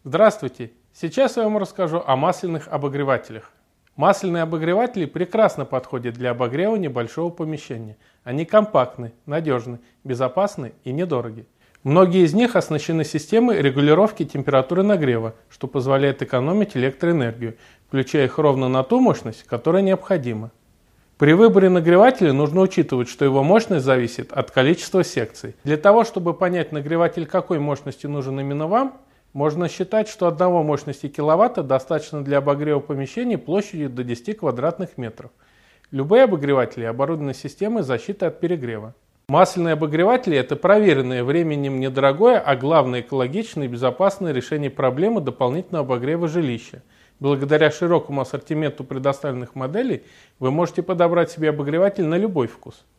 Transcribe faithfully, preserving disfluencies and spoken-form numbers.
Здравствуйте! Сейчас я вам расскажу о масляных обогревателях. Масляные обогреватели прекрасно подходят для обогрева небольшого помещения. Они компактны, надежны, безопасны и недороги. Многие из них оснащены системой регулировки температуры нагрева, что позволяет экономить электроэнергию, включая их ровно на ту мощность, которая необходима. При выборе нагревателя нужно учитывать, что его мощность зависит от количества секций. Для того, чтобы понять, нагреватель какой мощности нужен именно вам, можно считать, что одного мощности киловатта достаточно для обогрева помещений площадью до десяти квадратных метров. Любые обогреватели оборудованы системой защиты от перегрева. Масляные обогреватели – это проверенное временем недорогое, а главное экологичное и безопасное решение проблемы дополнительного обогрева жилища. Благодаря широкому ассортименту предоставленных моделей вы можете подобрать себе обогреватель на любой вкус.